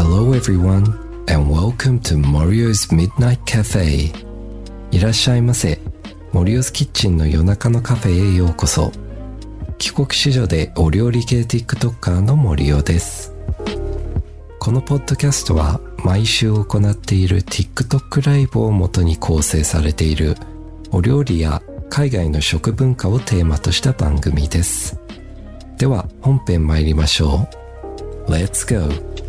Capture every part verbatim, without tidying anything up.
Hello everyone and welcome to Morio's Midnight Cafe. いらっしゃいませ。Morio's Kitchen の夜中のカフェへようこそ。帰国子女でお料理系 TikToker のMorioです。このポッドキャストは毎週行っている TikTok ライブを元に構成されているお料理や海外の食文化をテーマとした番組です。では本編参りましょう。Let's go!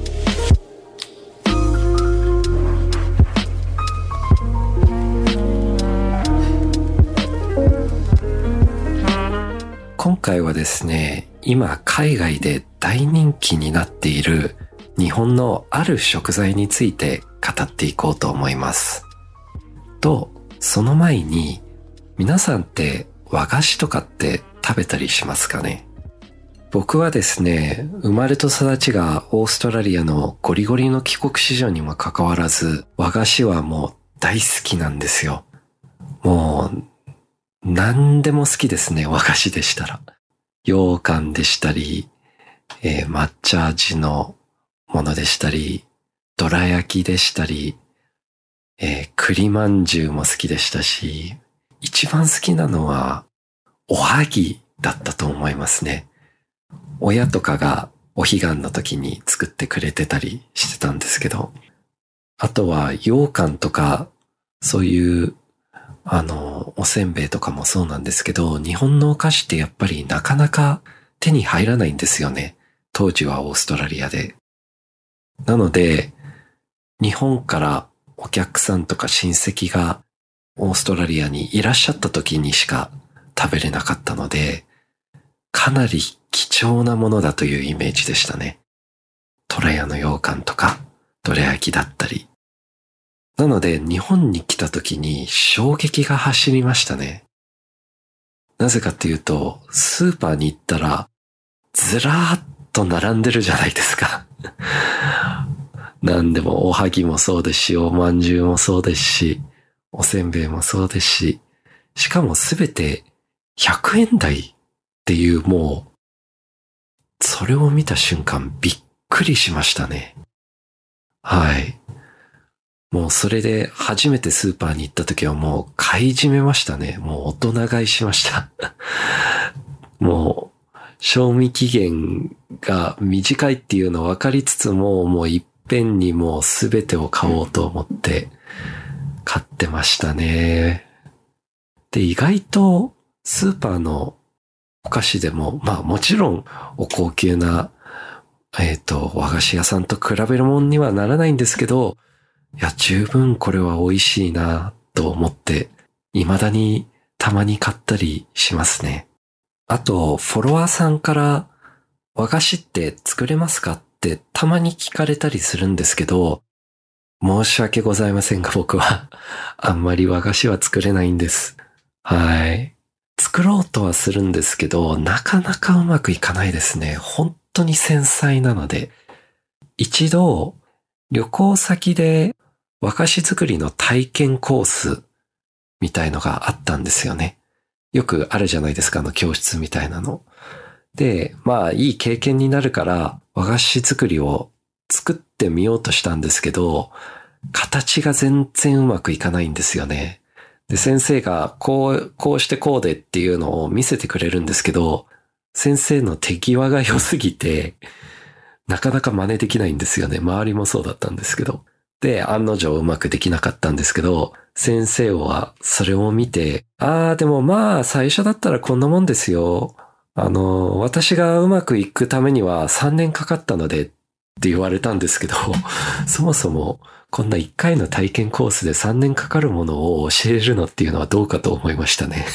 今回はですね、今海外で大人気になっている日本のある食材について語っていこうと思います。と、その前に皆さんって和菓子とかって食べたりしますかね？僕はですね、生まれと育ちがオーストラリアのゴリゴリの帰国子女にもかかわらず、和菓子はもう大好きなんですよ。もう、何でも好きですね、和菓子でしたら。羊羹でしたり、えー、抹茶味のものでしたり、どら焼きでしたり、えー、栗まんじゅうも好きでしたし、一番好きなのは、おはぎだったと思いますね。親とかがお彼岸の時に作ってくれてたりしてたんですけど、あとは羊羹とか、そういうあの、おせんべいとかもそうなんですけど、日本のお菓子ってやっぱりなかなか手に入らないんですよね。当時はオーストラリアで。なので、日本からお客さんとか親戚がオーストラリアにいらっしゃった時にしか食べれなかったので、かなり貴重なものだというイメージでしたね。トラヤの羊羹とか、どら焼きだったり。なので日本に来た時に衝撃が走りましたね。なぜかっていうと、スーパーに行ったらずらーっと並んでるじゃないですか。なんでもおはぎもそうですし、おまんじゅうもそうですし、おせんべいもそうですし、しかもすべてひゃくえん台っていうもう、それを見た瞬間びっくりしましたね。はい。もうそれで初めてスーパーに行った時はもう買い占めましたね。もう大人買いしました。もう賞味期限が短いっていうの分かりつつも、もういっぺんにもうすべてを買おうと思って買ってましたね。で、意外とスーパーのお菓子でも、まあもちろんお高級な、えっと、和菓子屋さんと比べるもんにはならないんですけど、いや、十分これは美味しいなと思って、未だにたまに買ったりしますね。あと、フォロワーさんから和菓子って作れますかってたまに聞かれたりするんですけど、申し訳ございませんが僕はあんまり和菓子は作れないんです。はい。作ろうとはするんですけど、なかなかうまくいかないですね。本当に繊細なので。一度、旅行先で和菓子作りの体験コースみたいのがあったんですよね。よくあるじゃないですか、あの教室みたいなの。で、まあいい経験になるから和菓子作りを作ってみようとしたんですけど、形が全然うまくいかないんですよね。で、先生がこう、こうしてこうでっていうのを見せてくれるんですけど、先生の手際が良すぎて、なかなか真似できないんですよね。周りもそうだったんですけど。で、案の定うまくできなかったんですけど、先生はそれを見て、ああ、でもまあ最初だったらこんなもんですよ。あの、私がうまくいくためにはさんねんかかったのでって言われたんですけど、そもそもこんないっかいの体験コースでさんねんかかるものを教えるのっていうのはどうかと思いましたね。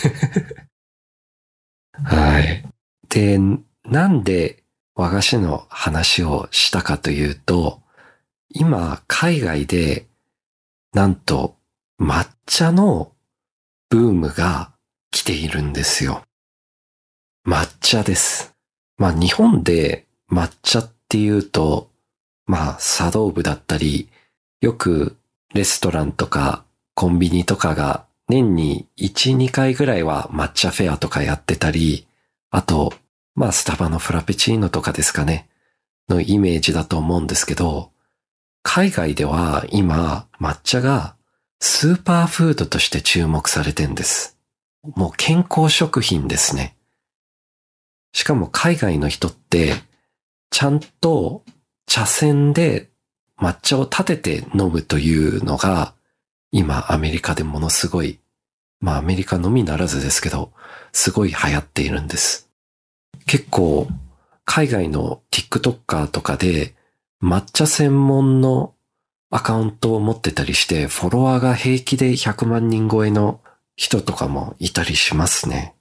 はい。で、なんで和菓子の話をしたかというと、今、海外で、なんと、抹茶のブームが来ているんですよ。抹茶です。まあ、日本で抹茶っていうと、まあ、茶道部だったり、よくレストランとかコンビニとかが年にいち、にかいぐらいは抹茶フェアとかやってたり、あと、まあ、スタバのフラペチーノとかですかね、のイメージだと思うんですけど、 海外では今、抹茶がスーパーフードとして注目されてんです。もう健康食品ですね。しかも海外の人って、ちゃんと茶筅で抹茶を立てて飲むというのが、今アメリカでものすごい、まあアメリカのみならずですけど、すごい流行っているんです。結構、海外の TikToker とかで、抹茶専門のアカウントを持ってたりして、フォロワーが平気でひゃくまんにん超えの人とかもいたりしますね。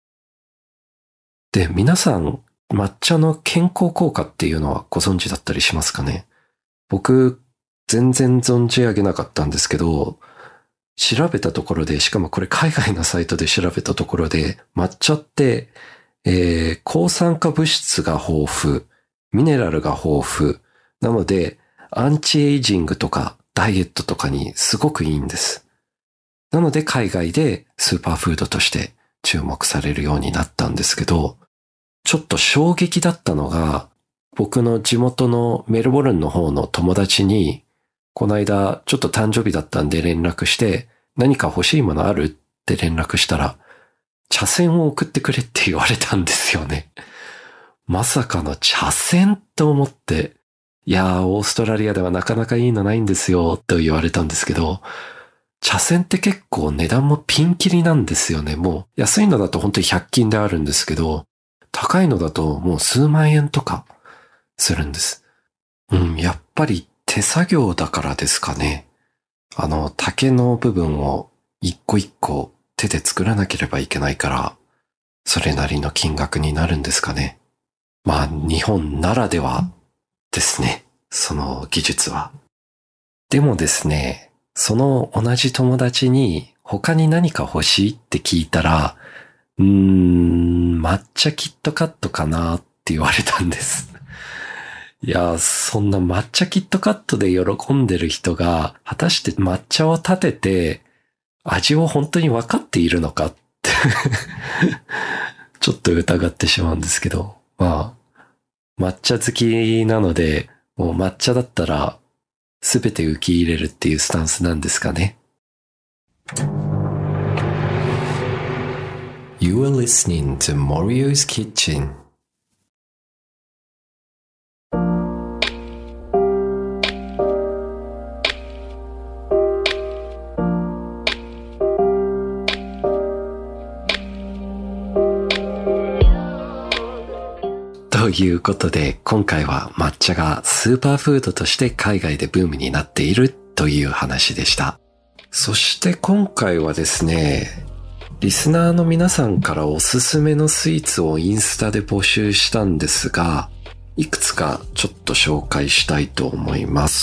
で、皆さん、抹茶の健康効果っていうのはご存知だったりしますかね？僕、全然存じ上げなかったんですけど、調べたところで、しかもこれ海外のサイトで調べたところで、抹茶って、えー、抗酸化物質が豊富、ミネラルが豊富、なので、アンチエイジングとかダイエットとかにすごくいいんです。なので海外でスーパーフードとして注目されるようになったんですけど、ちょっと衝撃だったのが、僕の地元のメルボルンの方の友達に、この間ちょっと誕生日だったんで連絡して、何か欲しいものあるって連絡したら、茶筅を送ってくれって言われたんですよね。まさかの茶筅と思って、いやー、オーストラリアではなかなかいいのないんですよと言われたんですけど、茶筅って結構値段もピンキリなんですよね。もう安いのだと本当にひゃく均であるんですけど、高いのだともう数万円とかするんです。うん、やっぱり手作業だからですかね。あの、竹の部分を一個一個手で作らなければいけないから、それなりの金額になるんですかね。まあ、日本ならではですね。その技術は。でもですね、その同じ友達に他に何か欲しいって聞いたら、うーん、抹茶キットカットかなって言われたんです。いや、そんな抹茶キットカットで喜んでる人が、果たして抹茶を立てて、味を本当に分かっているのかって、ちょっと疑ってしまうんですけど、まあ、抹茶好きなので、もう抹茶だったら、すべて受け入れるっていうスタンスなんですかね。You are listening to Morio's Kitchen. ということで、今回は抹茶がスーパーフードとして海外でブームになっているという話でした。そして今回はですね、リスナーの皆さんからおすすめのスイーツをインスタで募集したんですが、いくつかちょっと紹介したいと思います。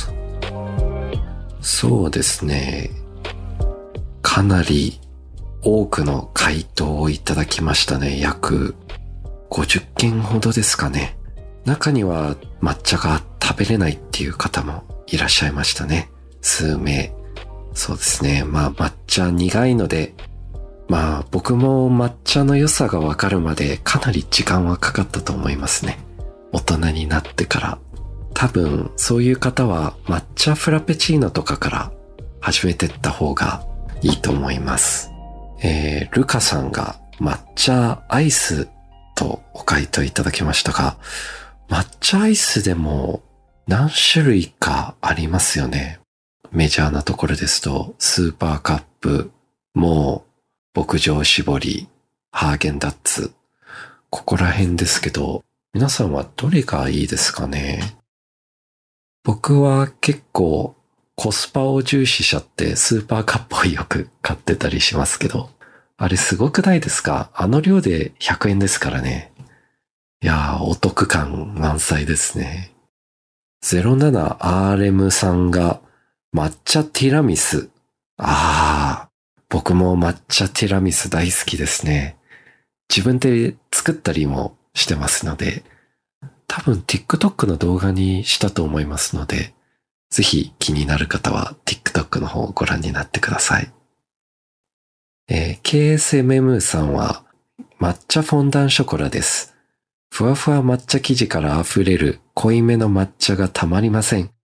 そうですね、かなり多くの回答をいただきましたね。約ごじゅっけんほどですかね。中には抹茶が食べれないっていう方もいらっしゃいましたね。数名。そうですね。まあ抹茶苦いので、まあ僕も抹茶の良さがわかるまでかなり時間はかかったと思いますね。大人になってから。多分そういう方は抹茶フラペチーノとかから始めてった方がいいと思います。えー、ルカさんが抹茶アイスとお回答いただきましたが、抹茶アイスでも何種類かありますよね。メジャーなところですと、スーパーカップ、もう、牧場絞り、ハーゲンダッツ、ここら辺ですけど、皆さんはどれがいいですかね？僕は結構コスパを重視しちゃってスーパーカップをよく買ってたりしますけど、あれすごくないですか？あの量でひゃくえんですからね。いやー、お得感満載ですね。ゼロななアールエム さんが抹茶ティラミス。ああ、僕も抹茶ティラミス大好きですね。自分で作ったりもしてますので、多分 TikTok の動画にしたと思いますので、ぜひ気になる方は TikTok の方をご覧になってください。えー、ケーエスエムエム さんは抹茶フォンダンショコラです。ふわふわ抹茶生地から溢れる濃いめの抹茶がたまりません。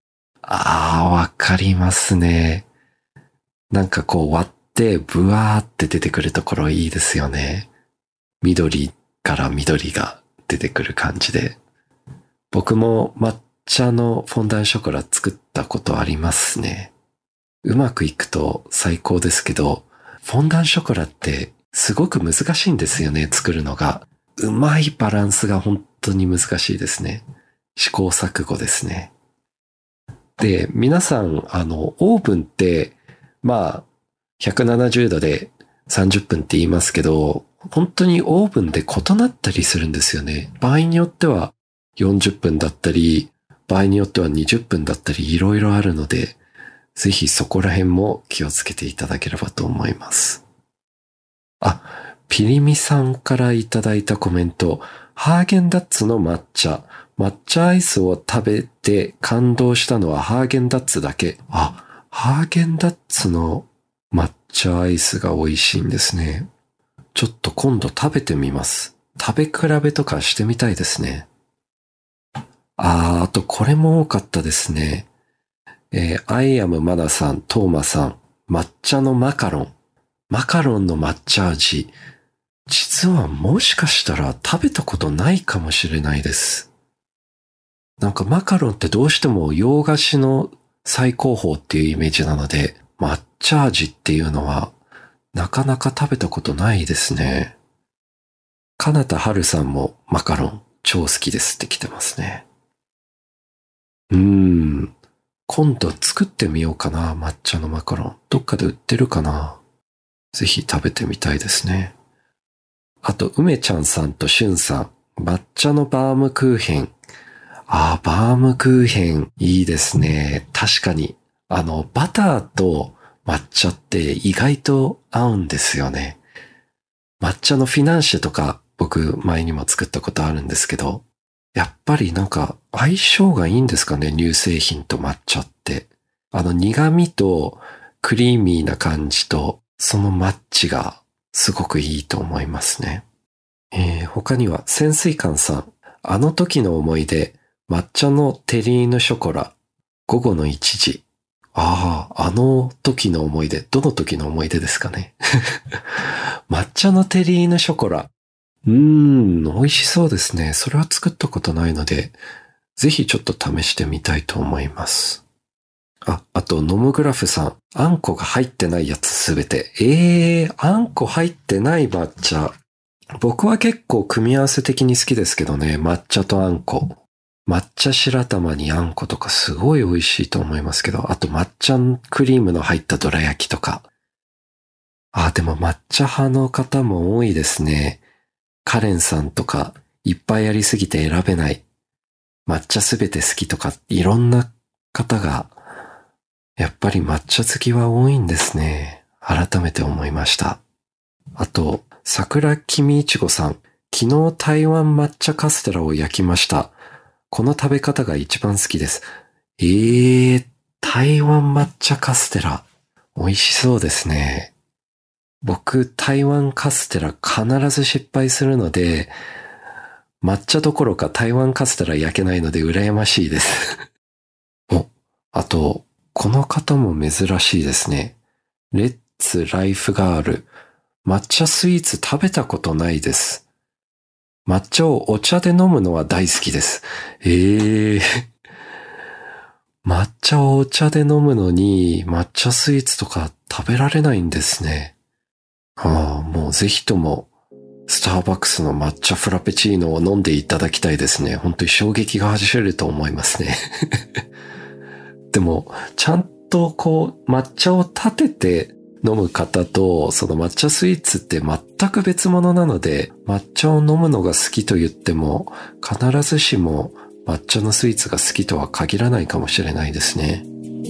ああ、わかりますね。なんかこう割ってブワーって出てくるところいいですよね。緑から緑が出てくる感じで。僕も抹茶のフォンダンショコラ作ったことありますね。うまくいくと最高ですけど、フォンダンショコラってすごく難しいんですよね、作るのが。うまいバランスが本当に難しいですね。試行錯誤ですね。で、皆さん、あの、オーブンって、まあ、ひゃくななじゅうどでさんじゅっぷんって言いますけど、本当にオーブンで異なったりするんですよね。場合によってはよんじゅっぷんだったり、場合によってはにじゅっぷんだったり、いろいろあるので、ぜひそこら辺も気をつけていただければと思います。あ、ピリミさんからいただいたコメント、ハーゲンダッツの抹茶。抹茶アイスを食べて感動したのはハーゲンダッツだけ。あ、ハーゲンダッツの抹茶アイスが美味しいんですね。ちょっと今度食べてみます。食べ比べとかしてみたいですね。あー、あとこれも多かったですね。えー、アイアムマナさん、トーマさん、抹茶のマカロン。マカロンの抹茶味。実はもしかしたら食べたことないかもしれないです。なんかマカロンってどうしても洋菓子の最高峰っていうイメージなので、抹茶味っていうのはなかなか食べたことないですね。かなたはるさんもマカロン超好きですって来てますね。うーん。今度作ってみようかな、抹茶のマカロン。どっかで売ってるかな。ぜひ食べてみたいですね。あと、梅ちゃんさんとしゅんさん、抹茶のバームクーヘン。ああ、バームクーヘン、いいですね。確かに、あの、バターと抹茶って意外と合うんですよね。抹茶のフィナンシェとか、僕前にも作ったことあるんですけど、やっぱりなんか相性がいいんですかね、乳製品と抹茶って。あの苦味とクリーミーな感じと、そのマッチがすごくいいと思いますね。えー、他には潜水艦さん、あの時の思い出、抹茶のテリーヌショコラ、午後のいちじ。ああ、あの時の思い出、どの時の思い出ですかね。抹茶のテリーヌショコラ。うーん、美味しそうですね。それは作ったことないので、ぜひちょっと試してみたいと思います。あ、あと、ノムグラフさん。あんこが入ってないやつすべて。えー、あんこ入ってない抹茶。僕は結構組み合わせ的に好きですけどね。抹茶とあんこ。抹茶白玉にあんことかすごい美味しいと思いますけど。あと抹茶クリームの入ったどら焼きとか。あ、でも抹茶派の方も多いですね。カレンさんとか、いっぱいありすぎて選べない。抹茶すべて好きとか、いろんな方が、やっぱり抹茶好きは多いんですね。改めて思いました。あと、桜君いちごさん。昨日台湾抹茶カステラを焼きました。この食べ方が一番好きです。えー、台湾抹茶カステラ。美味しそうですね。僕、台湾カステラ必ず失敗するので、抹茶どころか台湾カステラ焼けないので羨ましいです。お、あと、この方も珍しいですね。レッツライフガール。抹茶スイーツ食べたことないです。抹茶をお茶で飲むのは大好きです。えー。抹茶をお茶で飲むのに抹茶スイーツとか食べられないんですね。ああ、もうぜひともスターバックスの抹茶フラペチーノを飲んでいただきたいですね。本当に衝撃が走れると思いますね。でも、ちゃんとこう抹茶を立てて飲む方と、その抹茶スイーツって全く別物なので、抹茶を飲むのが好きと言っても、必ずしも抹茶のスイーツが好きとは限らないかもしれないですね。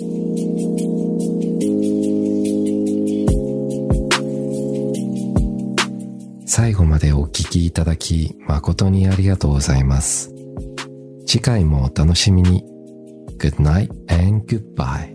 最後までお聞きいただき、誠にありがとうございます。次回もお楽しみに。Good night and goodbye.